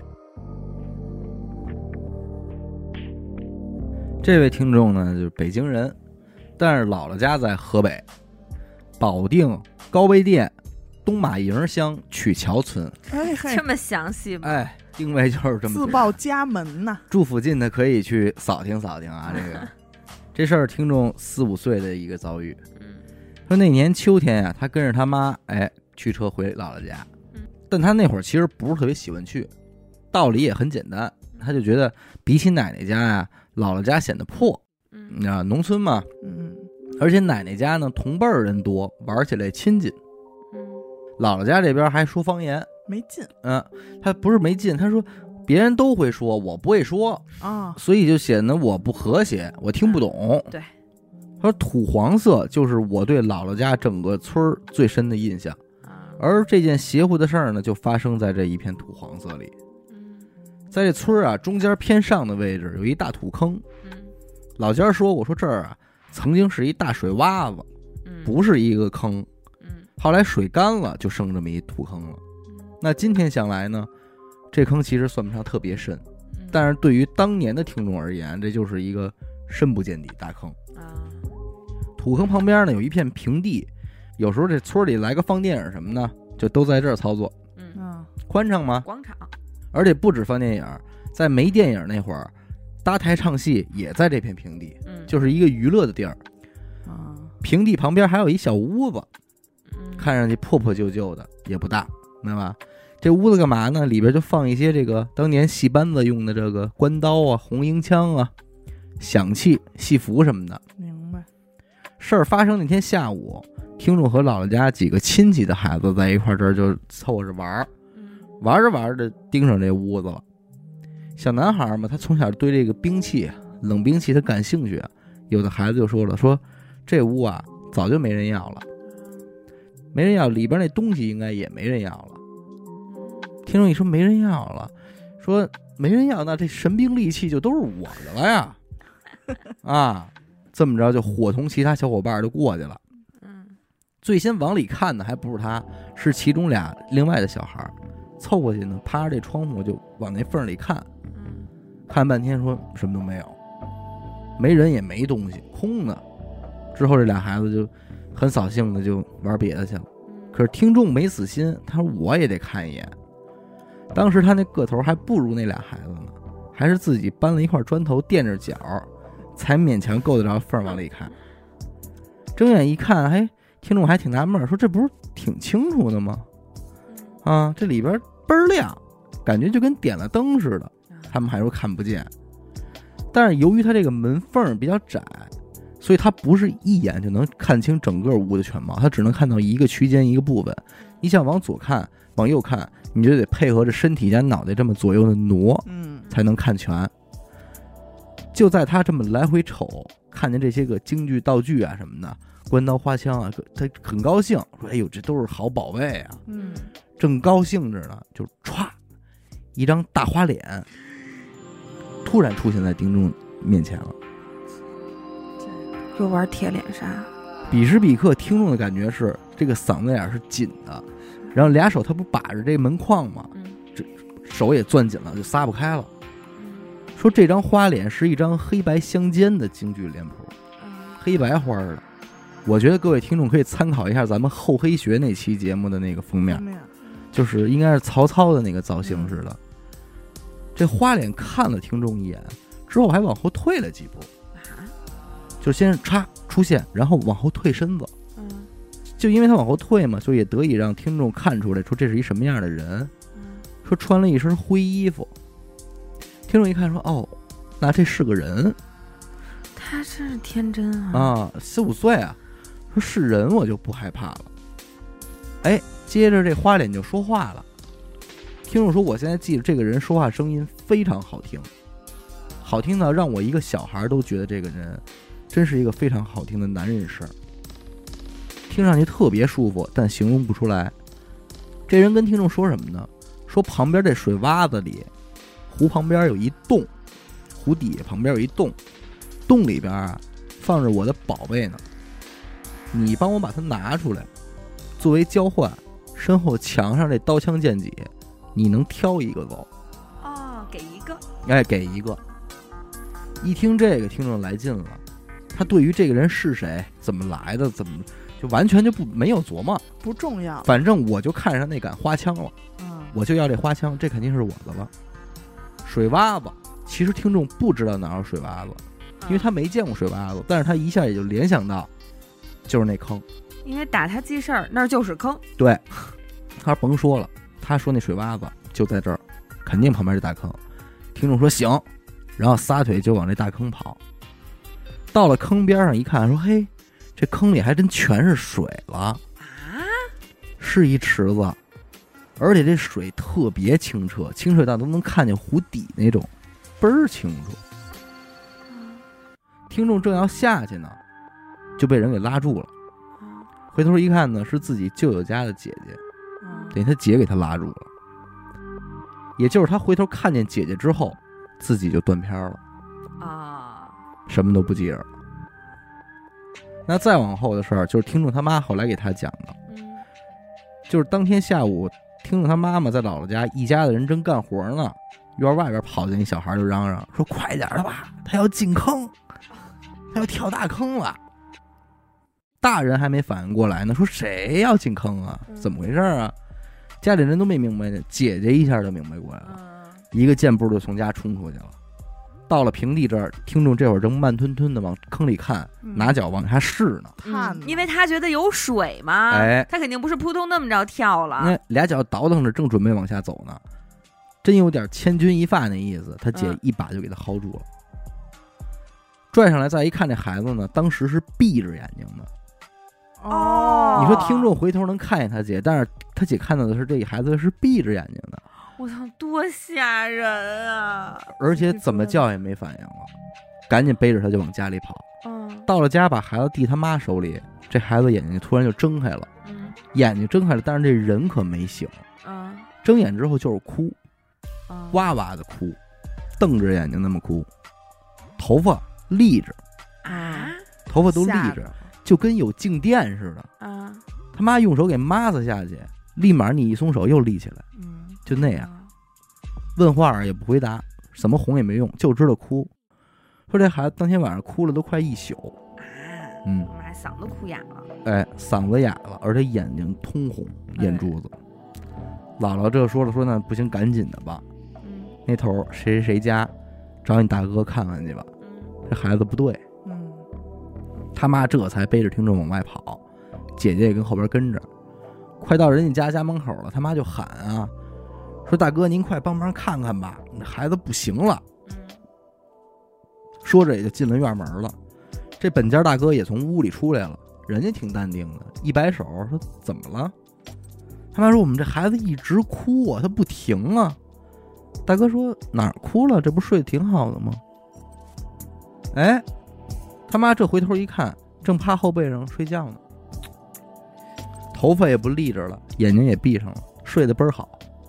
这位听众呢就是北京人，但是姥姥家在河北保定高碑店东马营乡曲桥村。 这么详细吗？ 定位就是这么自报家门呐。 住附近的可以去扫听扫听啊。这事儿听众4-5岁的一个遭遇。说那年秋天他跟着他妈驱车回姥姥家， 但他那会儿其实不是特别喜欢去，道理也很简单，他就觉得比起奶奶家呀，姥姥家显得破，你知道农村嘛，而且奶奶家呢同辈人多，玩起来亲近，姥姥家这边还说方言， 没劲， 他不是没劲，他说别人都会说，我不会说啊，所以就显得我不和谐，我听不懂。 对， 他说土黄色就是我对姥姥家整个村最深的印象，而这件邪乎的事儿呢，就发生在这一片土黄色里。在这村啊中间偏上的位置有一大土坑，老家说我说这儿啊曾经是一大水洼子，不是一个坑，后来水干了就剩这么一土坑了。那今天想来呢，这坑其实算不上特别深，但是对于当年的听众而言，这就是一个深不见底大坑。土坑旁边呢有一片平地，有时候这村里来个放电影什么的，就都在这儿操作。宽敞吗？ 广场。 而且不止放电影，在没电影那会儿，搭台唱戏也在这片平地，就是一个娱乐的地儿。平地旁边还有一小屋子，看上去破破旧旧的，也不大，明白吧？这屋子干嘛呢？里边就放一些这个当年戏班子用的这个关刀啊、红缨枪啊、响器、戏服什么的。 明白。 事儿发生那天下午，听众和姥姥家几个亲戚的孩子在一块儿，这儿就凑合着玩，玩着玩着盯上这屋子了。小男孩嘛，他从小对这个兵器、冷兵器他感兴趣，有的孩子就说了，说这屋啊早就没人要了，没人要，里边那东西应该也没人要了。听众一说没人要了，说没人要，那这神兵利器就都是我的了呀！啊，这么着就伙同其他小伙伴就过去了。最先往里看的还不是他，是其中俩另外的小孩凑过去呢，趴着这窗户就往那缝里看，看半天说什么都没有，没人也没东西，空的。之后这俩孩子就很扫兴的就玩别的去了。可是听众没死心，他说我也得看一眼。当时他那个头还不如那俩孩子呢，还是自己搬了一块砖头垫着脚，才勉强够得着缝往里看。睁眼一看，听众还挺纳闷，说这不是挺清楚的吗？啊，这里边倍儿亮，感觉就跟点了灯似的。他们还说看不见，但是由于他这个门缝比较窄，所以他不是一眼就能看清整个屋的全貌，他只能看到一个区间一个部分。你想往左看往右看，你就得配合着身体加脑袋这么左右的挪，才能看全。就在他这么来回瞅，看见这些个京剧道具啊什么的，关刀花枪啊，他很高兴，说哎呦这都是好宝贝啊。正高兴着呢，就歘，一张大花脸突然出现在听众面前了。 又玩贴脸杀。 彼时彼刻听众的感觉是这个嗓子眼是紧的，然后俩手他不把着这门框吗？这手也攥紧了，就撒不开了。说这张花脸是一张黑白相间的京剧脸谱，黑白花的。我觉得各位听众可以参考一下咱们厚黑学那期节目的那个封面，就是应该是曹操的那个造型似的。这花脸看了听众一眼之后还往后退了几步，就先嚓出现，然后往后退身子。就因为他往后退嘛，所以也得以让听众看出来，说这是一什么样的人。说穿了一身灰衣服。听众一看说，哦，那这是个人。 他真是天真啊，4、5岁啊。说是人我就不害怕了。接着这花脸就说话了。听众说，我现在记得这个人说话声音非常好听，好听到让我一个小孩都觉得这个人真是一个非常好听的男人声，听上去特别舒服，但形容不出来。这人跟听众说什么呢？说旁边这水洼子里，湖旁边有一洞，湖底下旁边有一洞，洞里边啊放着我的宝贝呢，你帮我把它拿出来，作为交换，身后墙上这刀枪剑戟你能挑一个走。 给一个。 给一个。一听这个听众来劲了，他对于这个人是谁怎么来的怎么就完全就没有琢磨， 不重要， 反正我就看上那杆花枪了，我就要这花枪，这肯定是我的了。水洼子其实听众不知道哪有水洼子，因为他没见过水洼子，但是他一下也就联想到就是那坑， 因为打他记事儿那就是坑。 对，他甭说了， 他说那水洼子就在这儿，肯定旁边这大坑。听众说行，然后撒腿就往这大坑跑。到了坑边上一看，说嘿，这坑里还真全是水了啊，是一池子，而且这水特别清澈，清澈到都能看见湖底那种，倍儿清楚。听众正要下去呢，就被人给拉住了。回头一看呢，是自己舅舅家的姐姐，等于他姐给他拉住了。也就是他回头看见姐姐之后，自己就断片了啊，什么都不记着了。那再往后的事儿，就是听众他妈后来给他讲的，就是当天下午，听众他妈妈在姥姥家，一家的人正干活呢，院外边跑进一小孩就嚷嚷说：“快点的吧，他要进坑，他要跳大坑了。”大人还没反应过来呢，说谁要进坑啊？怎么回事啊？家里人都没明白呢，姐姐一下就明白过来了，一个箭步就从家冲出去了。到了平地这儿，听众这会儿正慢吞吞的往坑里看，拿脚往下试呢。 因为他觉得有水嘛，哎，他肯定不是扑通那么着跳了。 那俩脚倒腾着，正准备往下走呢，真有点千钧一发那意思。他姐一把就给他薅住了，拽上来。再一看这孩子呢，当时是闭着眼睛的。哦，你说听众回头能看见他姐，但是他姐看到的是这孩子是闭着眼睛的。 我操，多吓人啊！ 而且怎么叫也没反应了，赶紧背着他就往家里跑。到了家把孩子递他妈手里，这孩子眼睛突然就睁开了，眼睛睁开了，但是这人可没醒。睁眼之后就是哭，哇哇的哭，瞪着眼睛那么哭，头发立着啊，头发都立着，就跟有静电似的啊！他妈用手给抹子下去，立马你一松手又立起来，就那样。问话也不回答，怎么哄也没用，就知道哭。说这孩子当天晚上哭了都快一宿啊， 妈嗓子哭哑了， 哎，嗓子哑了，而且眼睛通红，眼珠子。姥姥这说了，说那不行，赶紧的吧。那头谁谁谁家，找你大哥看看去吧。这孩子不对。他妈这才背着听众往外跑，姐姐也跟后边跟着。快到人家家门口了，他妈就喊啊，说大哥您快帮忙看看吧，那孩子不行了。说着也就进了院门了。这本家大哥也从屋里出来了，人家挺淡定的，一摆手说怎么了？他妈说我们这孩子一直哭啊，他不停啊。大哥说哪儿哭了？这不睡得挺好的吗？哎，他妈这回头一看，正趴后背上睡觉呢，头发也不立着了，眼睛也闭上了，睡得倍儿好。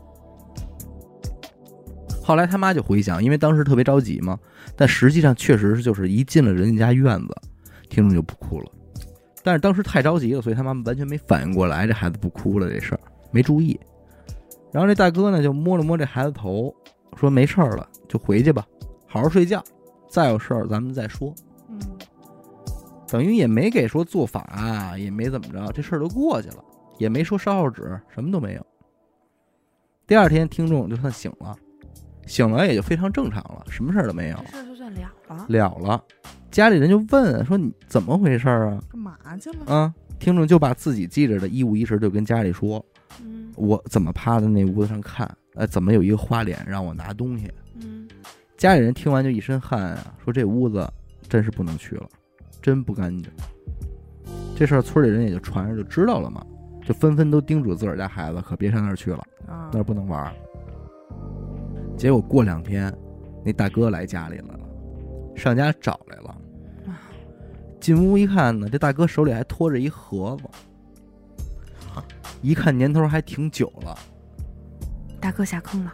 后来他妈就回想，因为当时特别着急嘛，但实际上确实就是一进了人家院子，听众就不哭了。但是当时太着急了，所以他妈完全没反应过来这孩子不哭了这事儿，没注意。然后这大哥呢就摸了摸这孩子头，说没事了，就回去吧，好好睡觉，再有事儿咱们再说。等于也没给说做法啊，也没怎么着，这事儿就过去了，也没说烧烧纸，什么都没有。第二天听众就算醒了，醒了也就非常正常了，什么事儿都没有， 这就算了了。家里人就问说你怎么回事啊？ 干嘛去了啊？听众就把自己记着的一五一十就跟家里说，我怎么趴在那屋子上看，怎么有一个花脸让我拿东西。家里人听完就一身汗啊，说这屋子真是不能去了，真不干净。这事儿村里人也就传着就知道了嘛，就纷纷都叮嘱自个儿家孩子可别上那儿去了，那儿不能玩。结果过2天那大哥来家里来了，上家找来了。进屋一看呢，这大哥手里还拖着一盒子，一看年头还挺久了。 大哥下坑了。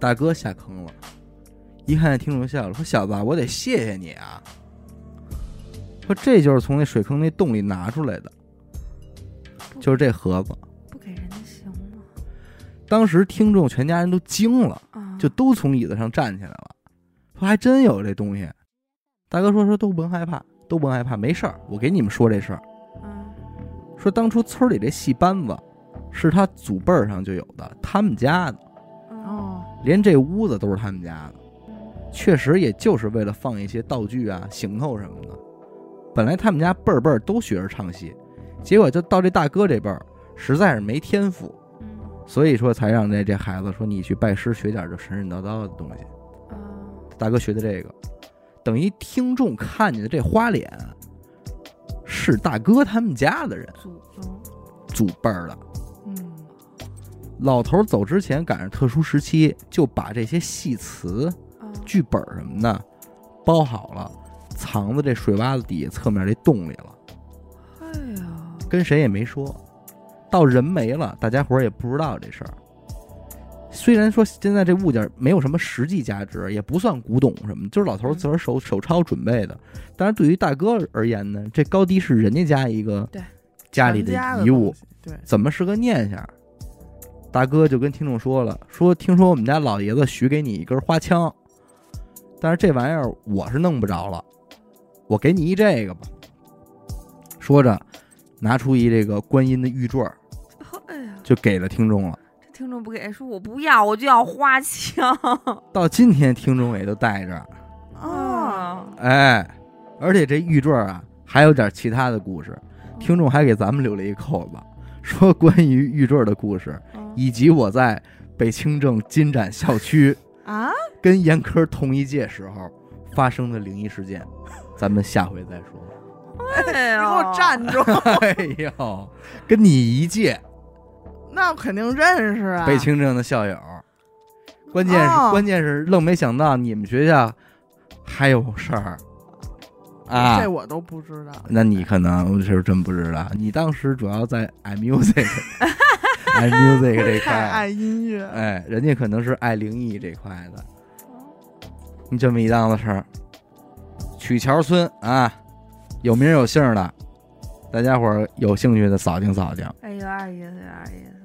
一看听众笑了，说小子我得谢谢你啊，说这就是从那水坑那洞里拿出来的，就是这盒子。 不给人家行吗？ 当时听众全家人都惊了，就都从椅子上站起来了，说还真有这东西。大哥说都甭害怕，没事儿，我给你们说这事儿。说当初村里这戏班子是他祖辈上就有的，他们家的，连这屋子都是他们家的。确实也就是为了放一些道具啊、行头什么的。本来他们家辈儿都学着唱戏，结果就到这大哥这辈儿实在是没天赋， 所以说才让这孩子说你去拜师学点这神神叨叨的东西。大哥学的这个，等于听众看见的这花脸是大哥他们家的人，祖辈儿的。老头走之前赶上特殊时期，就把这些戏词、剧本什么的包好了，藏在这水洼子底下侧面这洞里了。哎呀，跟谁也没说。到人没了，大家伙也不知道这事儿。虽然说现在这物件没有什么实际价值，也不算古董什么，就是老头自个儿手抄准备的。但是对于大哥而言呢，这高低是人家家一个家里的遗物， 对， 怎么是个念想？大哥就跟听众说了，说听说我们家老爷子许给你一根花枪，但是这玩意儿我是弄不着了，我给你一这个吧。说着拿出一这个观音的玉坠，就给了听众了。 听众不给，说我不要，我就要花枪。 到今天听众也都带着哎，而且这玉坠啊还有点其他的故事，听众还给咱们留了一扣子，说关于玉坠的故事，以及我在北清正金盏校区跟严科同一届时候发生的灵异事件，咱们下回再说。 哎呦，你给我站住！ 哎呦，跟你一届。 那肯定认识啊， 北清正的校友。关键是愣没想到你们学校还有事儿啊！ 这我都不知道。 那你可能是真不知道，你当时主要在爱 music 爱 music 这块， 爱音乐。 哎，人家可能是爱灵异这块的。你这么一档子事儿，曲桥村啊，有名有姓的，大家伙儿有兴趣的扫听扫听。 哎呦，二意思，二意思。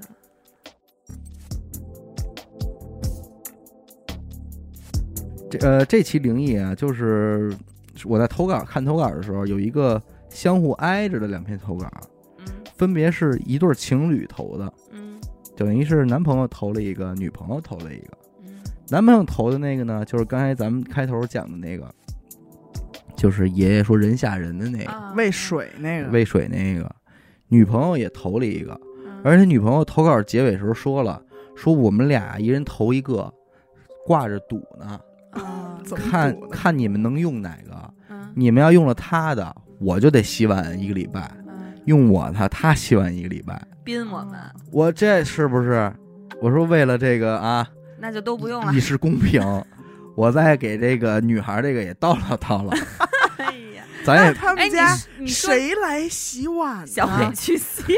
这期灵异啊，就是我在看投稿的时候，有一个相互挨着的2篇投稿，分别是一对情侣投的，等于是男朋友投了一个，女朋友投了一个。男朋友投的那个呢，就是刚才咱们开头讲的那个，就是爷爷说人吓人的那个， 喂水那个。女朋友也投了一个，而且女朋友投稿结尾的时候说了，说我们俩一人投一个，挂着赌呢。看你们能用哪个，你们要用了他的，我就得洗碗1个礼拜，用我的他洗碗1个礼拜， 逼我们。 我这是不是？我说为了这个啊， 那就都不用了， 以示公平，我再给这个女孩这个也叨唠。 哎呀， 咱也他们家谁来洗碗呢？ 小美去洗洗。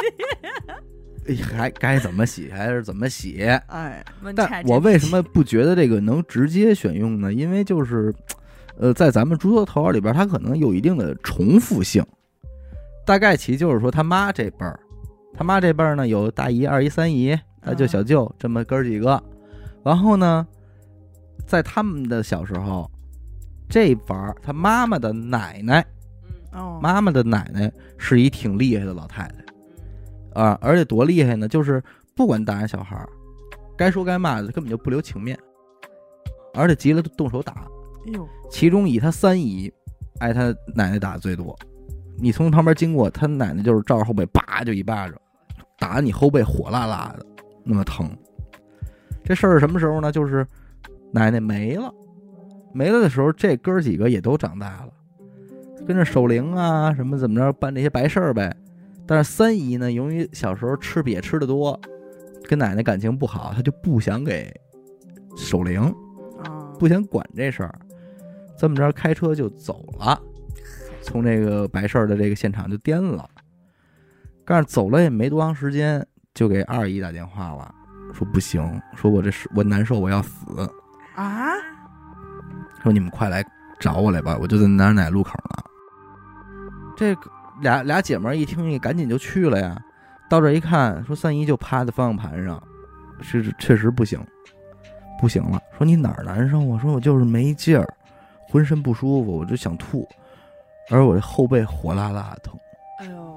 还该怎么洗还是怎么洗？ 哎， 但我为什么不觉得这个能直接选用呢？因为就是，在咱们诸多投稿里边，它可能有一定的重复性。大概其就是说，他妈这辈儿呢有大姨、二姨、三姨，大舅、小舅这么哥几个。然后呢，在他们的小时候，这玩他妈妈的奶奶，妈妈的奶奶是一挺厉害的老太太。而且多厉害呢，就是不管大人小孩，该说该骂的根本就不留情面，而且急了动手打。其中以他3姨挨他奶奶打的最多，你从旁边经过，他奶奶就是照着后背叭就一巴掌，打你后背火辣辣的，那么疼。这事儿是什么时候呢？就是奶奶没了的时候，这哥几个也都长大了，跟着守灵啊什么怎么着办这些白事儿呗。但是3姨呢，由于小时候吃瘪吃的多，跟奶奶感情不好，她就不想给守灵，不想管这事儿，这么着开车就走了，从这个白事儿的这个现场就颠了。但是走了也没多长时间，就给2姨打电话了，说不行，说我难受，我要死啊！ 说你们快来找我来吧，我就在哪路口呢。这个俩姐妹一听，赶紧就去了呀。到这一看，说3姨就趴在方向盘上，确实不行了。说你哪儿难受？我说我就是没劲儿，浑身不舒服，我就想吐，而我这后背火辣辣的疼。 哎呦，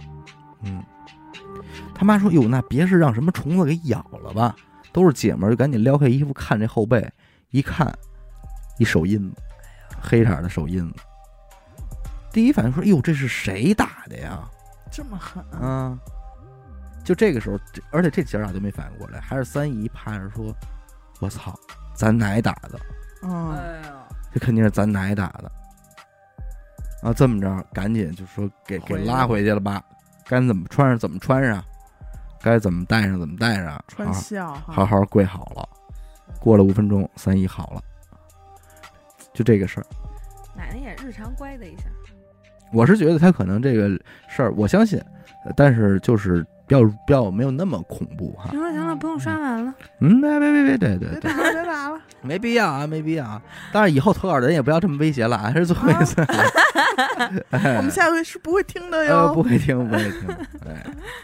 他妈说哟，那别是让什么虫子给咬了吧？都是姐们儿，就赶紧撩开衣服看这后背，一看，一手印子，黑色的手印子。第一反应说：“哟，这是谁打的呀？ 这么狠啊！” 就这个时候，而且这姐俩都没反应过来，还是三姨趴着说：“我操，咱奶打的。”这肯定是咱奶打的。啊，这么着，赶紧就说给拉回去了吧，该怎么穿上怎么穿上，该怎么带上怎么带上， 穿孝好好跪好了。过了5分钟，三姨好了，就这个事儿。 奶奶也日常乖的一下。 我是觉得他可能这个事儿，我相信，但是就是比较没有那么恐怖哈。 行了，不用刷碗了。 别，对， 别打了， 没必要啊。当然以后投稿的人也不要这么威胁了，还是最后一次。 我们下回是不会听的哟， 不会听。哎。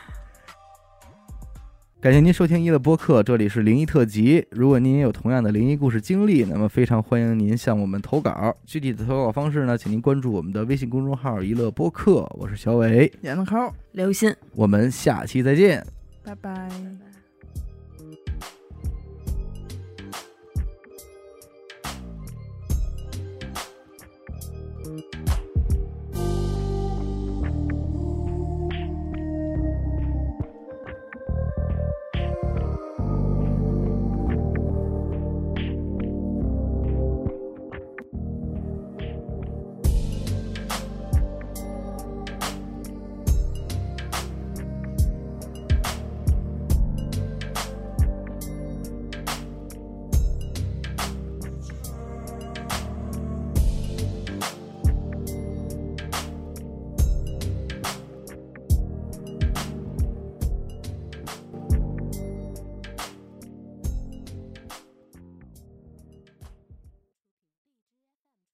感谢您收听一乐播客，这里是灵异特辑。如果您也有同样的灵异故事经历，那么非常欢迎您向我们投稿。具体的投稿方式呢，请您关注我们的微信公众号一乐播客。我是小伟， 闫子抠， 刘鑫， 我们下期再见， 拜拜。